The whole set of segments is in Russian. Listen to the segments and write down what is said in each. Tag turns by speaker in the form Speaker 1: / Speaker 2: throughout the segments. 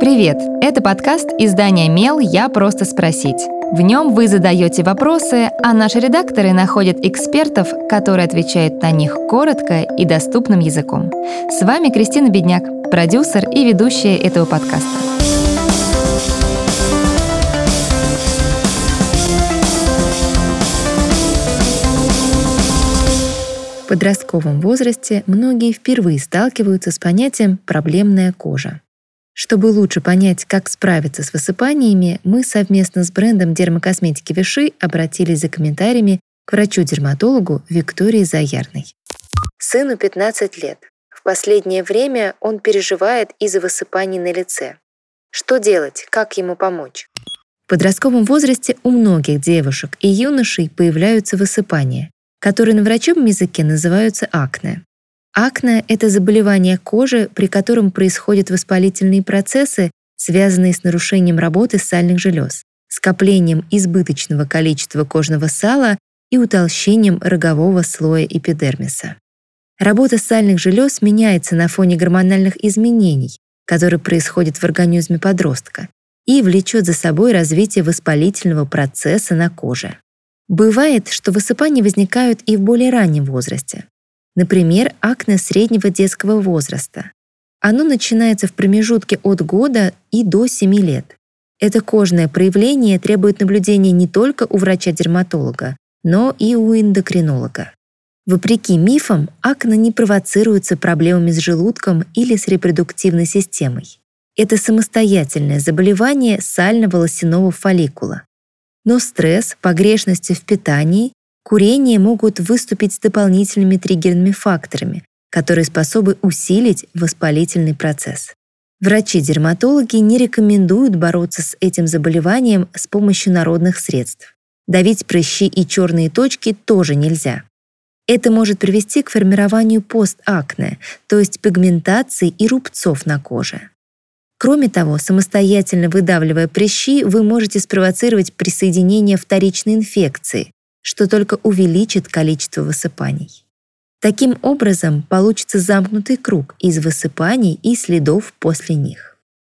Speaker 1: Привет! Это подкаст издания «Мел. Я просто спросить». В нем вы задаете вопросы, а наши редакторы находят экспертов, которые отвечают на них коротко и доступным языком. С вами Кристина Бедняк, продюсер и ведущая этого подкаста. В подростковом возрасте многие впервые сталкиваются с понятием «проблемная кожа». Чтобы лучше понять, как справиться с высыпаниями, мы совместно с брендом дермокосметики Vichy обратились за комментариями к врачу-дерматологу Виктории Заярной. Сыну 15 лет. В последнее время он переживает из-за высыпаний на лице. Что делать? Как ему помочь? В подростковом возрасте у многих девушек и юношей появляются высыпания, которые на врачебном языке называются акне. Акне — это заболевание кожи, при котором происходят воспалительные процессы, связанные с нарушением работы сальных желез, скоплением избыточного количества кожного сала и утолщением рогового слоя эпидермиса. Работа сальных желез меняется на фоне гормональных изменений, которые происходят в организме подростка, и влечет за собой развитие воспалительного процесса на коже. Бывает, что высыпания возникают и в более раннем возрасте. Например, акне среднего детского возраста. Оно начинается в промежутке от года и до 7 лет. Это кожное проявление требует наблюдения не только у врача-дерматолога, но и у эндокринолога. Вопреки мифам, акне не провоцируется проблемами с желудком или с репродуктивной системой. Это самостоятельное заболевание сально-волосяного фолликула. Но стресс, погрешности в питании, курение могут выступить с дополнительными триггерными факторами, которые способны усилить воспалительный процесс. Врачи-дерматологи не рекомендуют бороться с этим заболеванием с помощью народных средств. Давить прыщи и черные точки тоже нельзя. Это может привести к формированию постакне, то есть пигментации и рубцов на коже. Кроме того, самостоятельно выдавливая прыщи, вы можете спровоцировать присоединение вторичной инфекции, что только увеличит количество высыпаний. Таким образом, получится замкнутый круг из высыпаний и следов после них.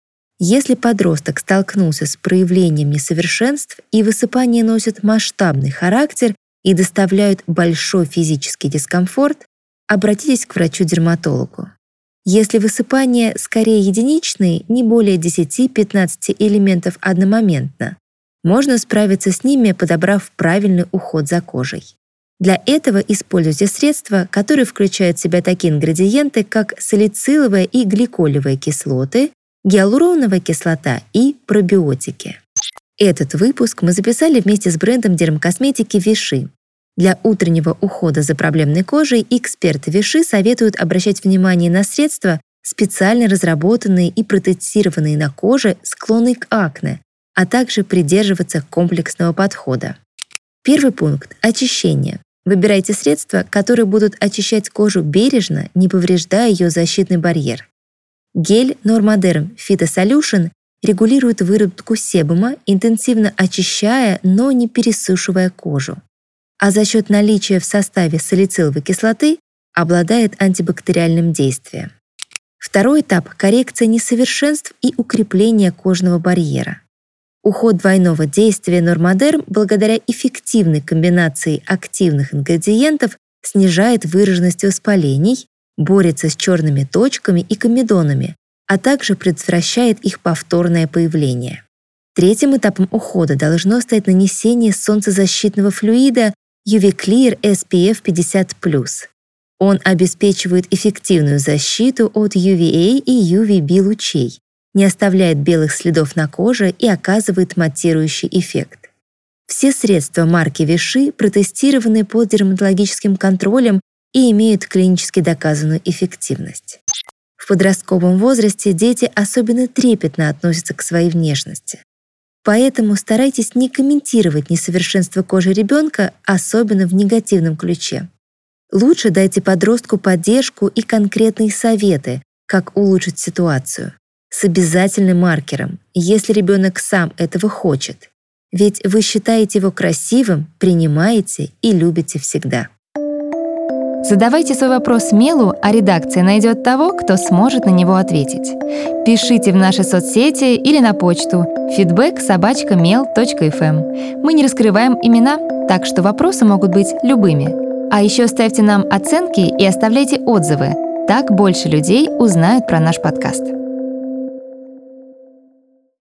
Speaker 1: Если подросток столкнулся с проявлением несовершенств и высыпания носят масштабный характер и доставляют большой физический дискомфорт, обратитесь к врачу-дерматологу. Если высыпания скорее единичные, не более 10-15 элементов одномоментно, можно справиться с ними, подобрав правильный уход за кожей. Для этого используйте средства, которые включают в себя такие ингредиенты, как салициловая и гликолевые кислоты, гиалуроновая кислота и пробиотики. Этот выпуск мы записали вместе с брендом дермокосметики Vichy. Для утреннего ухода за проблемной кожей эксперты Vichy советуют обращать внимание на средства, специально разработанные и протестированные на коже, склонной к акне, а также придерживаться комплексного подхода. Первый пункт – очищение. Выбирайте средства, которые будут очищать кожу бережно, не повреждая ее защитный барьер. Гель Normaderm Phytosolution регулирует выработку себума, интенсивно очищая, но не пересушивая кожу. А за счет наличия в составе салициловой кислоты обладает антибактериальным действием. Второй этап – коррекция несовершенств и укрепление кожного барьера. Уход двойного действия Normaderm благодаря эффективной комбинации активных ингредиентов снижает выраженность воспалений, борется с черными точками и комедонами, а также предотвращает их повторное появление. Третьим этапом ухода должно стать нанесение солнцезащитного флюида UV Clear SPF 50+. Он обеспечивает эффективную защиту от UVA и UVB лучей, не оставляет белых следов на коже и оказывает матирующий эффект. Все средства марки Vichy протестированы под дерматологическим контролем и имеют клинически доказанную эффективность. В подростковом возрасте дети особенно трепетно относятся к своей внешности. Поэтому старайтесь не комментировать несовершенство кожи ребенка, особенно в негативном ключе. Лучше дайте подростку поддержку и конкретные советы, как улучшить ситуацию, с обязательным маркером, если ребенок сам этого хочет. Ведь вы считаете его красивым, принимаете и любите всегда. Задавайте свой вопрос Мелу, а редакция найдет того, кто сможет на него ответить. Пишите в наши соцсети или на почту feedback@mel.fm. Мы не раскрываем имена, так что вопросы могут быть любыми. А еще ставьте нам оценки и оставляйте отзывы. Так больше людей узнают про наш подкаст.